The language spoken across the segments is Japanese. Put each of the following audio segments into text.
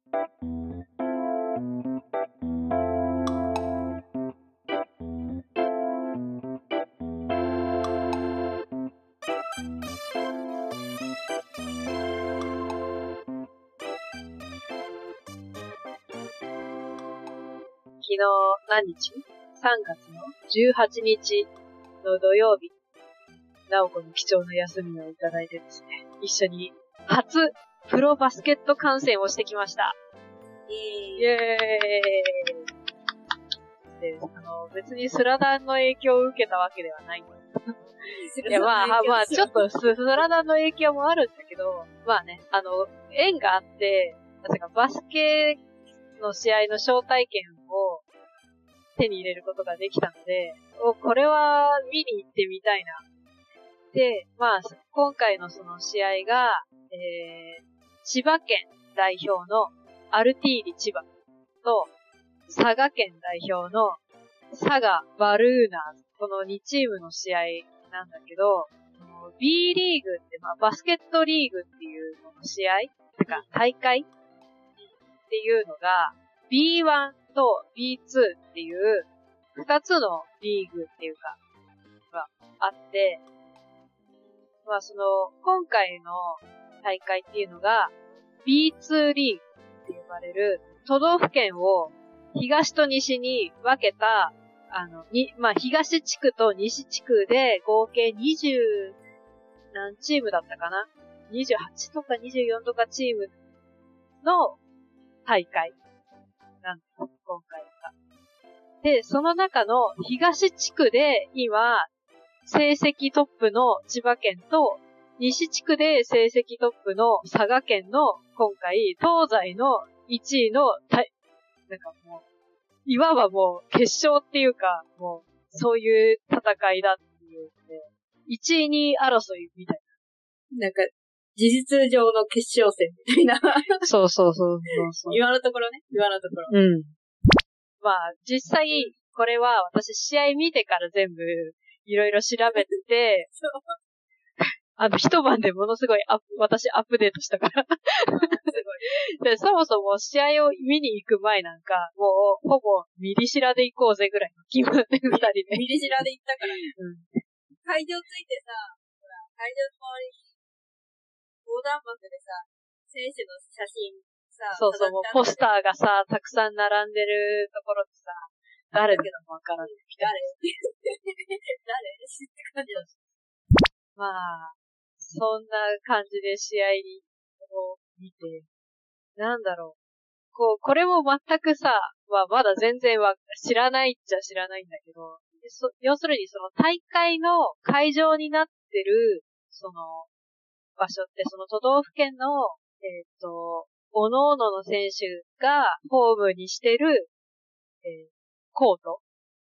昨日何日 ?3 月の18日の土曜日、なおこに貴重な休みをいただいてですね、一緒に初プロバスケット観戦をしてきました。イエーイで、別にスラダンの影響を受けたわけではないんだ。いや、まあ、ちょっとスラダンの影響もあるんだけど、まあね、縁があって、バスケの試合の招待券を手に入れることができたので、これは見に行ってみたいな。で、まあ、今回のその試合が、千葉県代表のアルティーリ千葉と、佐賀県代表の佐賀バルーナーズ、この2チームの試合なんだけど、B リーグって、まあ、バスケットリーグっていうこの試合とか大会っていうのが B1 と B2 っていう2つのリーグっていうかがあって、まあ今回の大会っていうのが B2 リーグって呼ばれる都道府県を東と西に分けたまあ東地区と西地区で合計20何チームだったかな ?28 とか24とかチームの大会なんです、今回が。で、その中の東地区で今、成績トップの千葉県と、西地区で成績トップの佐賀県の今回、東西の1位のなんかもう、いわばもう決勝っていうか、もう、そういう戦いだっていうので、1位2位争いみたいな。なんか、事実上の決勝戦みたいな。 そう。 今のところね。 うん。まあ、実際、これは私試合見てから全部いろいろ調べて、一晩でものすごい私アップデートしたから。すごい。で、そもそも試合を見に行く前なんか、もう、ほぼミリシラで行こうぜぐらいの気分で二人で。 ミリシラで行ったからね。 うん。 会場ついてさ、ほら、会場の周りに、横断幕でさ、選手の写真さ、 そう、もうポスターがさ、たくさん並んでるところでさ、誰だかもわからない。 誰知って感じだし。 まあ、そんな感じで試合を見て、なんだろう。これも全くさ、まだ全然知らないっちゃ知らないんだけど、要するにその大会の会場になってる、その場所って、その都道府県の、各々の選手がホームにしてる、コート。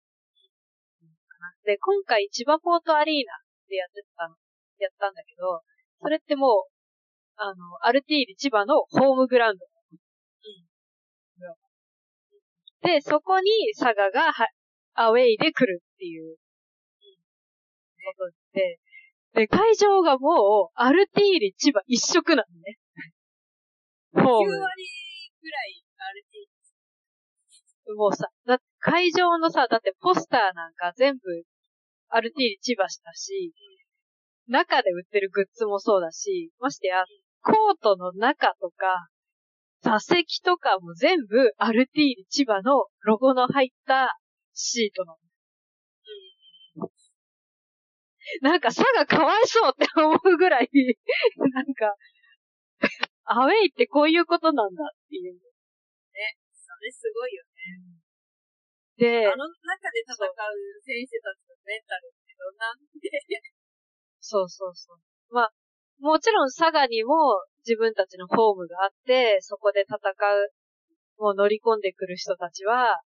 で、今回千葉ポートアリーナでやったんだけど、それってもう、アルティーリ千葉のホームグラウンド。で、そこに佐賀がアウェイで来るっていうことで、で、会場がもう、アルティーリ千葉一色なのね。 ホーム。9割ぐらいアルティーリ。 もうさ、会場のさ、だってポスターなんか全部アルティーリ千葉したし、中で売ってるグッズもそうだし、ましてや、コートの中とか、座席とかも全部アルティーリ千葉のロゴの入ったシートなの。なんか佐賀かわいそうって思うぐらい、なんか、アウェイってこういうことなんだっていう。ね、 それすごいよで、 ね。中で戦う選手たちのメンタルってどんなんでそう。まあ、もちろん佐賀にも自分たちのホームがあって、そこで戦う、もう乗り込んでくる人たちは、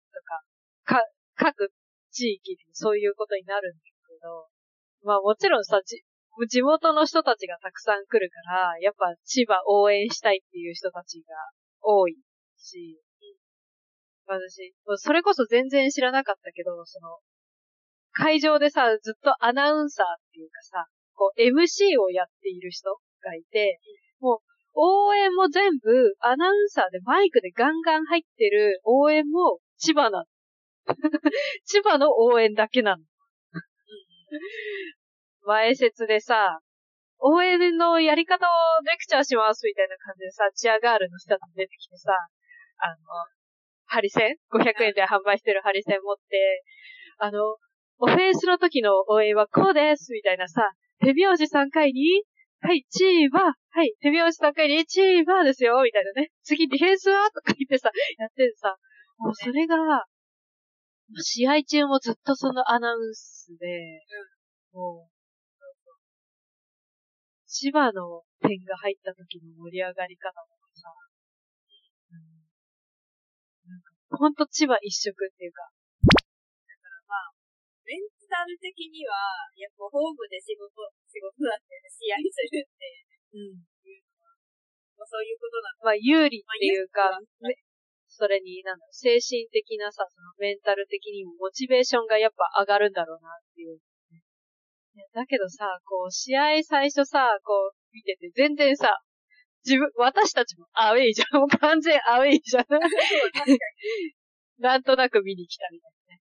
各地域でそういうことになるんだけど、まあもちろんさ、地元の人たちがたくさん来るから、やっぱ千葉応援したいっていう人たちが多いし、私、それこそ全然知らなかったけど、会場でさ、ずっとアナウンサーっていうかさ、MC をやっている人がいて、もう、 応援も全部アナウンサーでマイクでガンガン入ってる応援も千葉なの。千葉の応援だけなの。前説でさ、応援のやり方をレクチャーしますみたいな感じでさ、チアガールの人たち出てきてさ、ハリセン ?500 円で販売してるハリセン持って、オフェンスの時の応援はこうですみたいなさ、手拍子3回に、はい、チーバー、はい、手拍子3回に、チーバーですよみたいなね。次ディフェンスはとか言ってさ、やってるさ、もうそれが、試合中もずっとそのアナウンスで、もう、千葉の点が入った時の盛り上がり方もさ、なんか、ほんと千葉一色っていうか。 だからまあ、メンタル的には、やっぱホームで仕事だって試合するって、いうのは、まあ、そういうことなの。 まあ、有利っていうか、それに、精神的なさ、そのメンタル的にもモチベーションがやっぱ上がるんだろうなっていう。だけどさ、こう、試合最初さ、こう、見てて、全然さ、私たちもアウェイじゃん。もう完全アウェイじゃん。確かに。なんとなく見に来たみたいなね。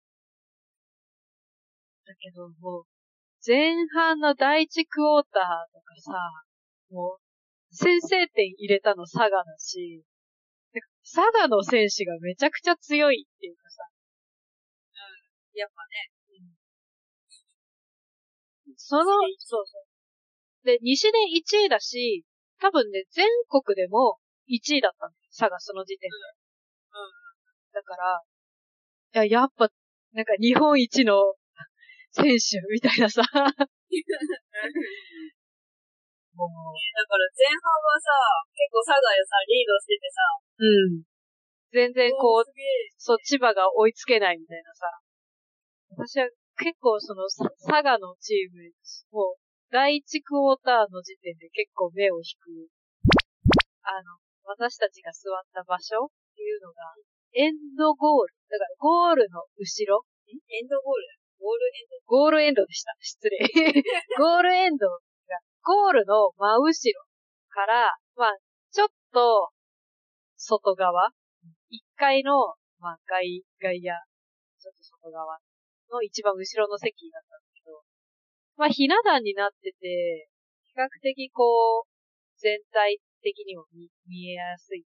だけど、もう、前半の第一クォーターとかさ、もう、先制点入れたの佐賀だし、佐賀の選手がめちゃくちゃ強いっていうかさ。 やっぱね。 そうそう。で、西で1位だし、多分ね、全国でも1位だったんだよ。佐賀その時点で。だから、やっぱ、なんか日本一の選手みたいなさ。もう。だから前半はさ、結構佐賀よさ、リードしててさ。 全然こう、そう、千葉が追いつけないみたいなさ。私は結構その、佐賀のチーム、もう、第一クォーターの時点で結構目を引く。私たちが座った場所っていうのが、エンドゴール。だから、ゴールの後ろ。 エンドゴールゴールエンドでした。失礼。ゴールエンドが、ゴールの真後ろから、まあ、ちょっと、外側。1階の、まあ、外野、ちょっと外側の一番後ろの席だったんだけど、まあ、ひな壇になってて、比較的こう、全体的にも見えやすい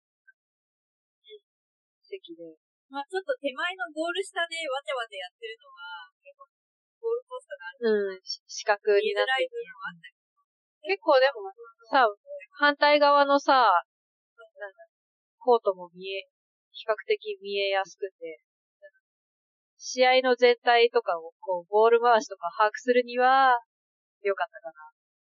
席で。 まあちょっと手前のゴール下でわちゃわちゃやってるのは、結構、ゴールポストがある。 四角になってて。結構でも、さ、反対側のさ、コートも比較的見えやすくて、試合の全体とかを、こう、ボール回しとか把握するには、良かったかな。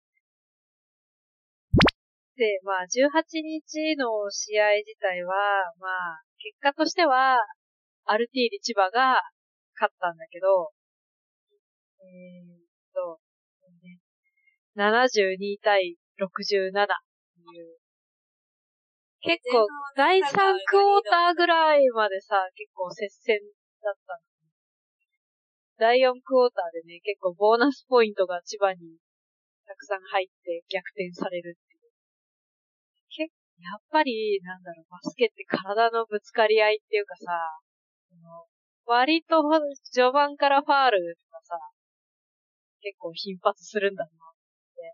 で、まあ、18日の試合自体は、まあ、結果としては、アルティーリ千葉が勝ったんだけど、72対67っていう。結構、第3クォーターぐらいまでさ、結構接戦だったの。第4クォーターでね、結構ボーナスポイントが千葉にたくさん入って逆転されるっていう。やっぱり、バスケって体のぶつかり合いっていうかさ、割と序盤からファールとかさ、結構頻発するんだなって。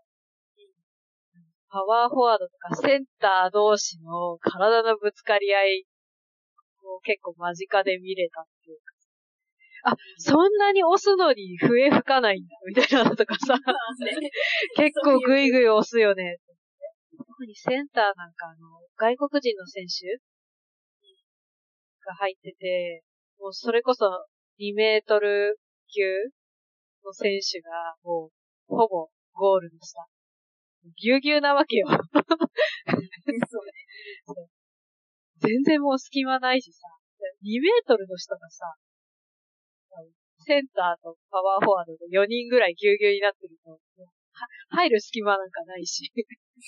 パワーフォワードとかセンター同士の体のぶつかり合いを結構間近で見れたっていうか。あ、そんなに押すのに笛吹かないんだ、みたいなのとかさ。結構グイグイ押すよね。特にセンターなんか外国人の選手が入ってて、もうそれこそ2メートル級の選手がもうほぼゴールの下。ぎゅうぎゅうなわけよ。全然もう隙間ないしさ。2メートルの人がさ、センターとパワーフォワードで4人ぐらいぎゅうぎゅうになってると、入る隙間なんかないし。 いや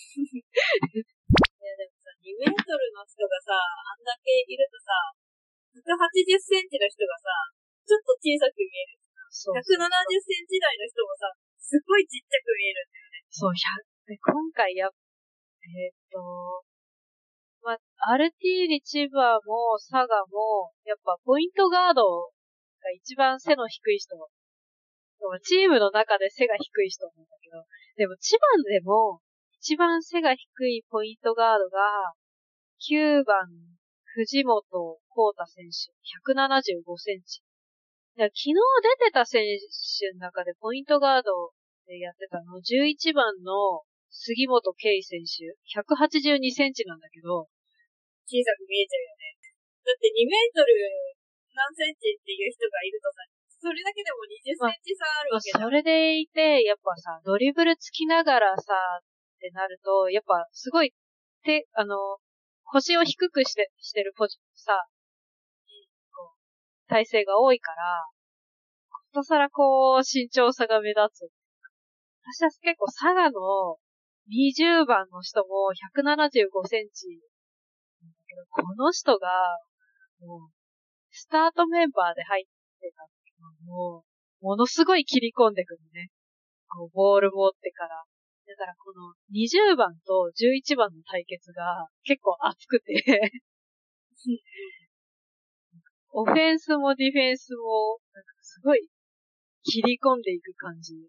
でもさ、2メートルの人がさ、あんだけいるとさ、180センチの人がさ、ちょっと小さく見える。170センチ台の人もさ、すごいちっちゃく見えるんだよね。 そう、今回まあ、アルティーリ千葉も佐賀も、やっぱポイントガードが一番背の低い人。チームの中で背が低い人なんだけど、でも千葉でも一番背が低いポイントガードが、9番、藤本幸太選手、175センチ。昨日出てた選手の中でポイントガードでやってたの、11番の杉本圭選手、182センチなんだけど、 小さく見えちゃうよね。だって2メートル何センチっていう人がいるとさ、それだけでも20センチ差あるわけだ。 それでいて、やっぱさ、ドリブルつきながらさ、ってなると、やっぱすごい、腰を低くしてるさ、体勢が多いから、ことさらこう、身長差が目立つ。私は結構佐賀の20番の人も175センチなんだけど、この人が、もう、スタートメンバーで入ってたのも、ものすごい切り込んでくるね。こうボール持ってから。だからこの20番と11番の対決が結構熱くてオフェンスもディフェンスも、なんかすごい切り込んでいく感じ。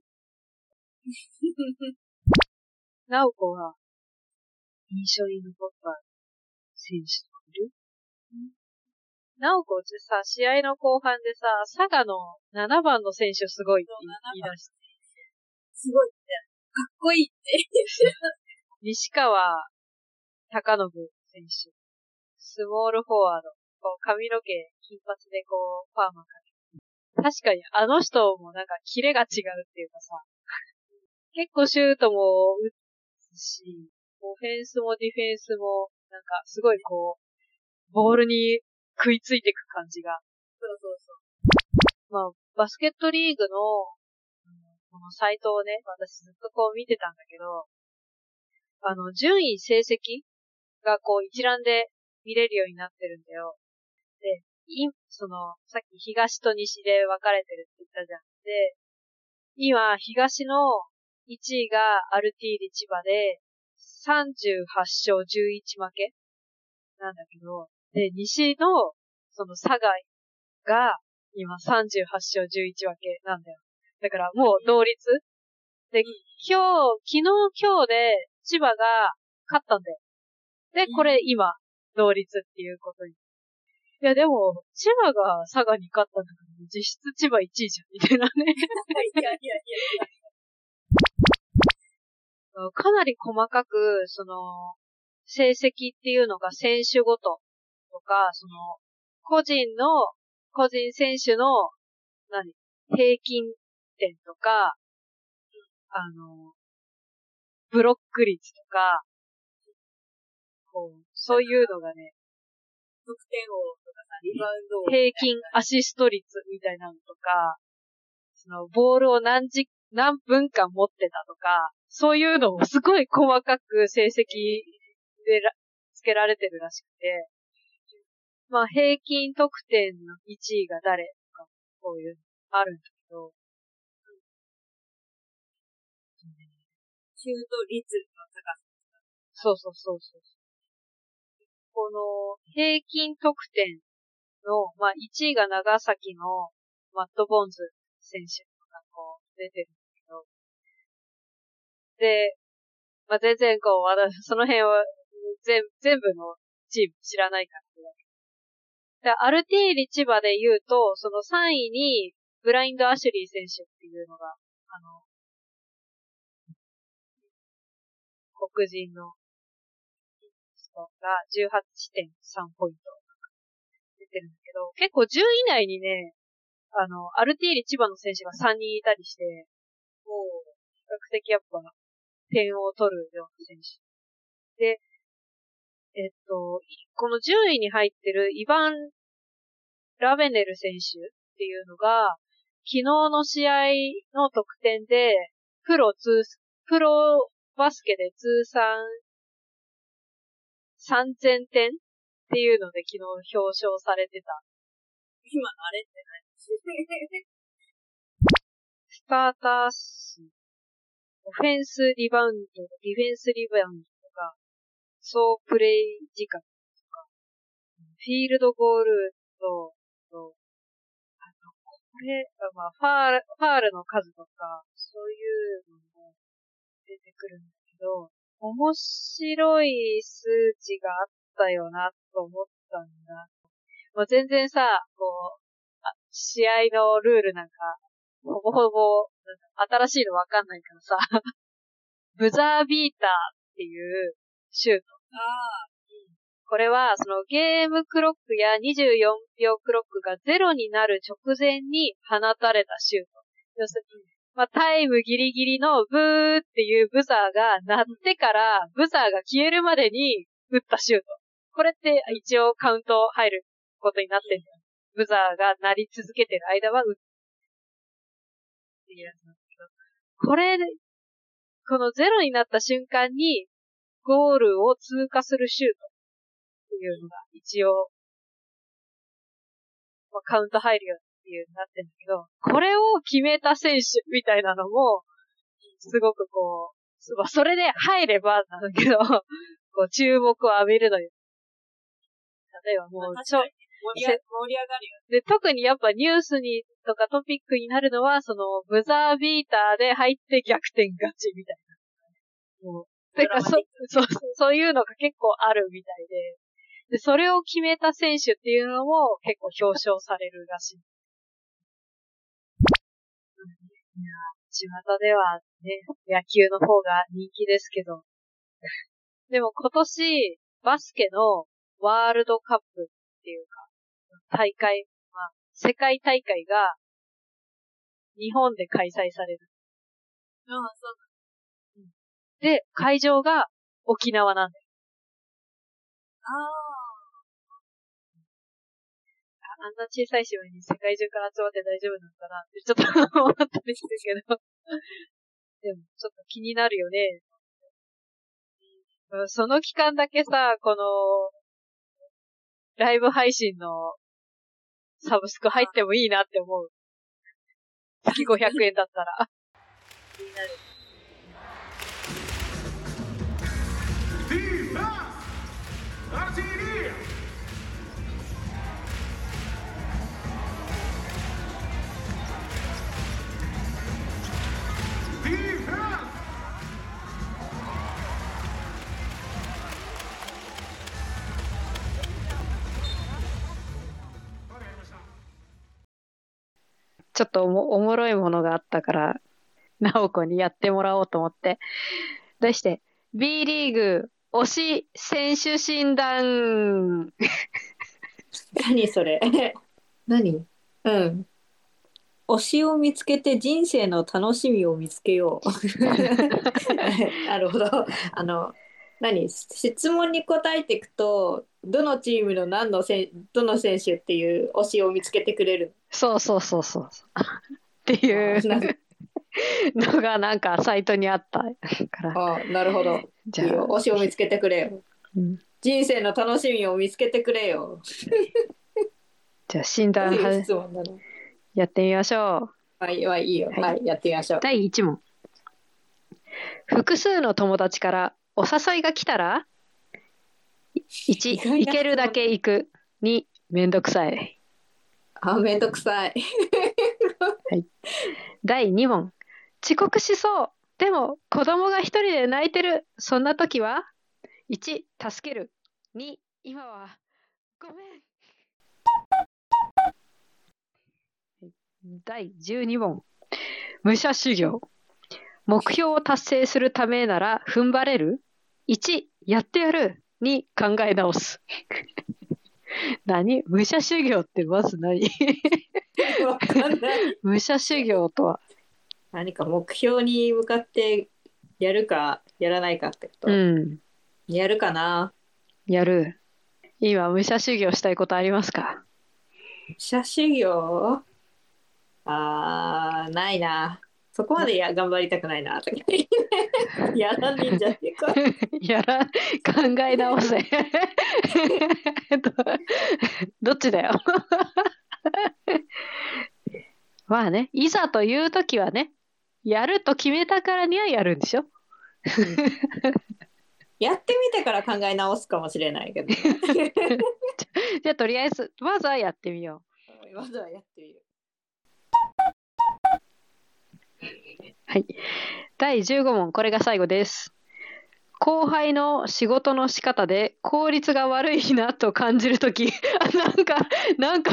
なおこは印象に残った選手とかいる？なおこさ、試合の後半でさ、佐賀の7番の選手すごいって言い出して。 すごいって。かっこいいって。 西川貴信選手。スモールフォワード。こう髪の毛、金髪でこう、パーマかけて。確かにあの人もなんかキレが違うっていうかさ、結構シュートも打つし、オフェンスもディフェンスも、なんかすごいこう、ボールに食いついていく感じが。 そうそうそう。 まあ、バスケットリーグの、このサイトをね、私ずっとこう見てたんだけど、順位成績がこう一覧で見れるようになってるんだよ。で、さっき東と西で分かれてるって言ったじゃん。で、今、東の1位がアルティーリ千葉で、38勝11負けなんだけど、で、西の、その佐賀が、今38勝11分けなんだよ。だからもう同率で、昨日今日で千葉が勝ったんだよ。で、これ今、同率っていうことに。いやでも、千葉が佐賀に勝ったんだから、実質千葉1位じゃん、みたいなね。 いや。 かなり細かく、成績っていうのが選手ごととか、個人選手の、平均点とか、ブロック率とか、そういうのがね、 得点王とかさ、リバウンド王。 平均アシスト率みたいなのとか、ボールを何分間持ってたとか、そういうのをすごい細かく成績でつけられてるらしくて、まあ平均得点の1位が誰とか、こういうのあるんだけど、 シュート率の高さ。 そう。この平均得点の、まあ1位が長崎のマット・ボンズ選手がこう出てるんだけど、で、まあ全然私その辺は全部のチーム知らないからで、アルティーリ千葉で言うと、その3位にブラインド・アシュリー選手っていうのが、黒人の人が 18.3 ポイント出てるんだけど、結構10位以内にね、アルティーリ千葉の選手が3人いたりして、比較的やっぱ点を取るような選手。で、この10位に入ってるイヴァン・ラベネル選手っていうのが、昨日の試合の得点で、プロバスケで通算3000点っていうので昨日表彰されてた。 今のあれって何スターター数、オフェンスリバウンド、ディフェンスリバウンドとか、 総プレイ時間とか、フィールドゴールと、あと、これ、まあ、ファールの数とか、そういうのも出てくるんだけど、面白い数値があったよな、と思ったんだ。もう全然さ、試合のルールなんか、ほぼほぼ、新しいのわかんないからさ、ブザービーターっていうシュート。これは、そのゲームクロックや24秒クロックがゼロになる直前に放たれたシュート。要するに、まあ、タイムギリギリのブーっていうブザーが鳴ってから、ブザーが消えるまでに打ったシュート。これって一応カウント入ることになってるんだよ。ブザーが鳴り続けてる間は打っていうやつなんだけど、このゼロになった瞬間に、ゴールを通過するシュートっていうのが一応、まあ、カウント入るよっていうになってるんだけど、これを決めた選手みたいなのも、すごくまあ、それで入ればなんだけど、注目を浴びるのよ。例えばもう、 盛り上がるよ。 で、特にやっぱニュースにとかトピックになるのは、その、ブザービーターで入って逆転勝ちみたいな。もう、てか、そういうのが結構あるみたいで、それを決めた選手っていうのも結構表彰されるらしい。いや、巷ではね、野球の方が人気ですけど。でも今年、バスケのワールドカップっていうか、大会、まあ、世界大会が日本で開催される。 そうだ。で、会場が沖縄なんだよ。あんな小さい島に世界中から集まって大丈夫なのかなってちょっと思ったりするけど。でも、ちょっと気になるよね。その期間だけさ、ライブ配信のサブスク入ってもいいなって思う。月500円だったら。気になる。ちょっとおもろいものがあったから、なおこにやってもらおうと思って。題して、B リーグ推し選手診断。 何それ何推しを見つけて人生の楽しみを見つけよう。なるほど。質問に答えていくと、どのチームのどの選手っていう推しを見つけてくれる。 そう。っていうのがなんかサイトにあったから。 なるほど。じゃあ、推しを見つけてくれよ。人生の楽しみを見つけてくれよ。 じゃあ診断やってみましょう。はい、いいよ。はい、やってみましょう。 第1問。複数の友達からお誘いが来たら 1. 行けるだけ行く。 2. めんどくさい。 めんどくさい。 はい。第2問。遅刻しそう。でも子供が一人で泣いてる。そんな時は 1. 助ける。 2. 今はごめん。第12問。武者修行。目標を達成するためなら踏ん張れる？ 1. やってやる。2. 考え直す。何？武者修行ってまず何？ わかんない。 武者修行とは何か目標に向かってやるかやらないかってこと。やるかな。 やる。今武者修行したいことありますか？ 武者修行？ないな。そこまで頑張りたくないな。やらねえんじゃねえか。 考え直せ。どっちだよ。まあね、いざという時はね、やると決めたからにはやるんでしょ。 やってみてから考え直すかもしれないけど。 じゃあとりあえずまずはやってみよまずはやってみる。 う。はい。第15問、これが最後です。後輩の仕事の仕方で効率が悪いなと感じるとき、なんか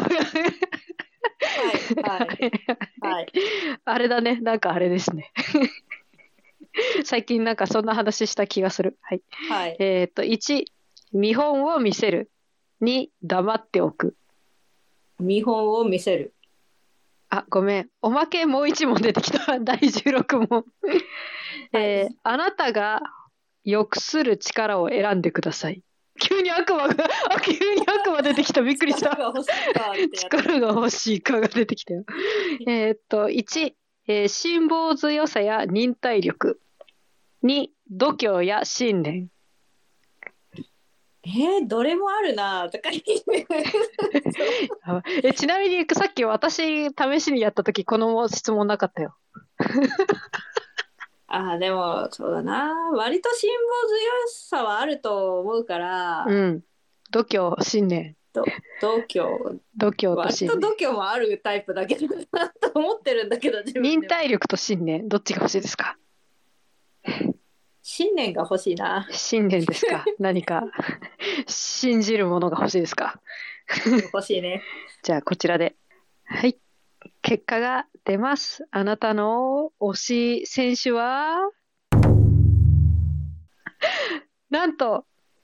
はい。 あれだね、なんかあれですね。最近なんかそんな話した気がする。はい。 はい。 1、見本を見せる。2、黙っておく。 見本を見せる。 あ、ごめん。おまけもう1問出てきた。第16問。あなたが欲する力を選んでください。急に悪魔出てきた。びっくりした。 力が欲しいかってやつ。 力が欲しいかが出てきたよ。1、辛抱強さや忍耐力。2、度胸や信念。 どれもあるなとか言ってちなみにさっき私試しにやった時この質問なかったよ。 でもそうだな、割と辛抱強さはあると思うから、 うん、度胸信念。 度胸と信念。 割と度胸もあるタイプだけどなと思ってるんだけど、 忍耐力と信念どっちが欲しいですか？ 信念が欲しいな。 信念ですか？何か信じるものが欲しいですか？ 欲しいね。 じゃあこちらで。はい。結果が出ます。あなたの推し選手はなんと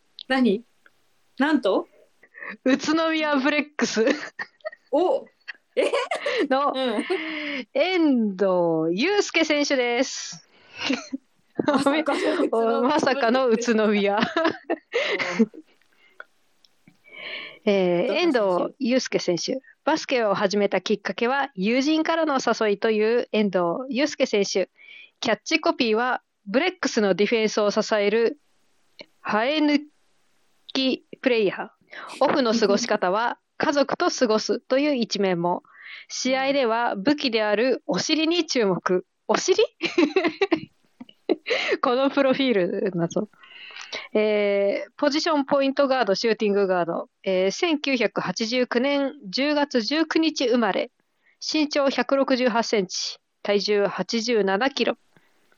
宇都宮ブレックスの遠藤祐介選手です。まさかの宇都宮。遠藤祐介選手。バスケを始めたきっかけは友人からの誘いという遠藤祐介選手。キャッチコピーはブレックスのディフェンスを支える生え抜きプレイヤー。オフの過ごし方は家族と過ごすという一面も。試合では武器であるお尻に注目。お尻このプロフィール謎。ポジションポイントガード、シューティングガード、1989年10月19日生まれ、身長168センチ、体重87キロ。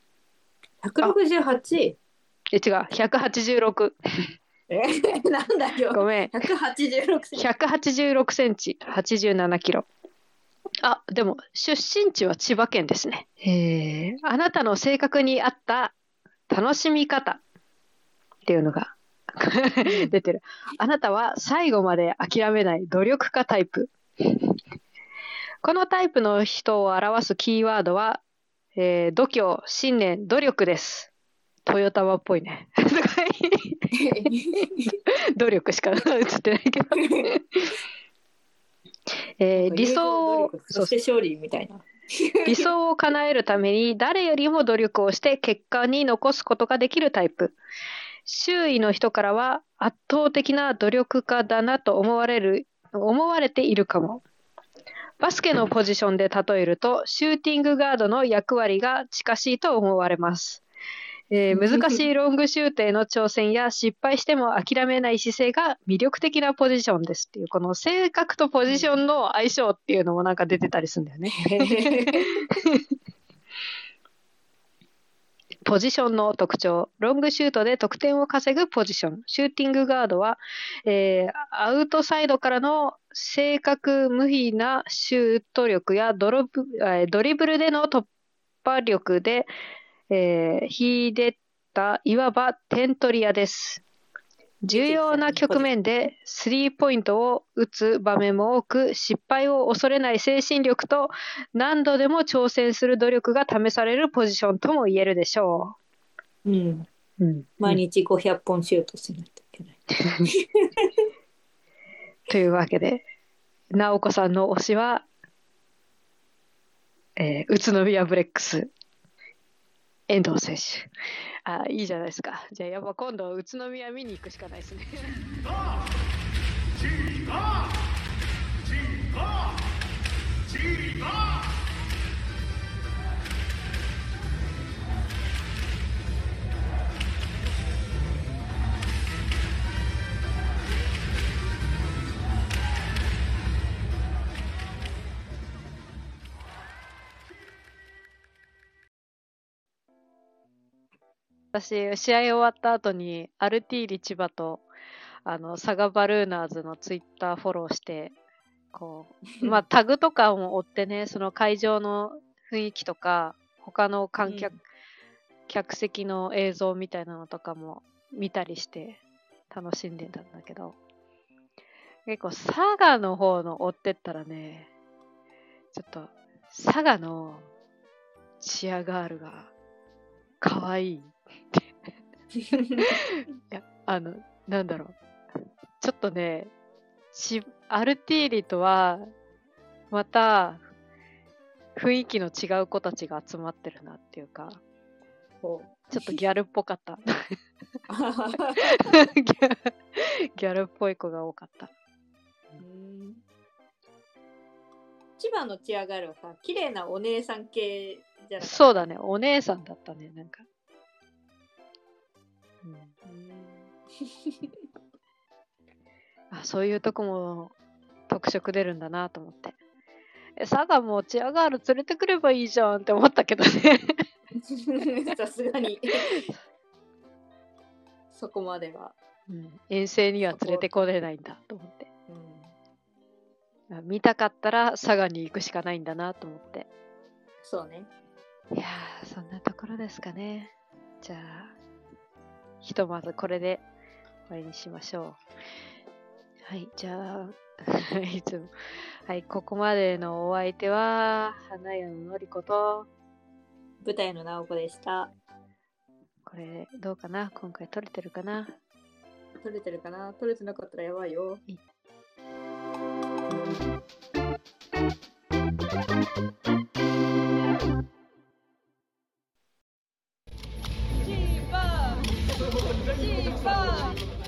168？ 違う、186。 なんだよ。 ごめん。186センチ、87キロ。でも、出身地は千葉県ですね。あなたの性格に合った楽しみ方っていうのが出てる。あなたは最後まで諦めない努力家タイプ。このタイプの人を表すキーワードは、度胸、信念、努力です。トヨタマっぽいね。努力しか映ってないけど。理想をそして勝利みたいな。 理想を叶えるために誰よりも努力をして結果に残すことができるタイプ。周囲の人からは圧倒的な努力家だなと思われているかも。バスケのポジションで例えるとシューティングガードの役割が近しいと思われます。難しいロングシュートへの挑戦や失敗しても諦めない姿勢が魅力的なポジションですっていう、この性格とポジションの相性っていうのもなんか出てたりするんだよね。ポジションの特徴。ロングシュートで得点を稼ぐポジション。シューティングガードは、アウトサイドからの正確無比なシュート力やドリブルでの突破力で、秀でたいわば点取り屋です。重要な局面でスリーポイントを打つ場面も多く、失敗を恐れない精神力と何度でも挑戦する努力が試されるポジションとも言えるでしょう。 毎日500本シュートしないといけない。 というわけで、直子さんの推しは、宇都宮ブレックス。遠藤選手。いいじゃないですか。じゃあやっぱ今度宇都宮見に行くしかないですね。 私、試合終わった後に、アルティーリ千葉と、サガバルーナーズのツイッターフォローして、こう、まあ、タグとかも追ってね、その会場の雰囲気とか、他の観客、客席の映像みたいなのとかも見たりして楽しんでたんだけど、結構佐賀の方の追ってったらね、ちょっと佐賀のチアガールが可愛いいや、なんだろう。ちょっとね、アルティーリとは、また、雰囲気の違う子たちが集まってるなっていうか、ちょっとギャルっぽかった。ギャルっぽい子が多かった。 千葉のチアガールはさ、綺麗なお姉さん系じゃなかった？ そうだね、お姉さんだったね、なんか。あ、そういうとこも特色出るんだなと思って。佐賀もチアガール連れてくればいいじゃんって思ったけどね。 さすがに。そこまでは。 遠征には連れてこれないんだと思って。見たかったら佐賀に行くしかないんだなと思って。 そうね。 いやー、そんなところですかね。じゃあ、ひとまずこれで終わりにしましょう。はい、じゃあ、いつも。はい、ここまでのお相手は、花屋ののりこと、 舞台の直子でした。 これ、どうかな？今回撮れてるかな？ 撮れてるかな？撮れてなかったらやばいよ。 チーバー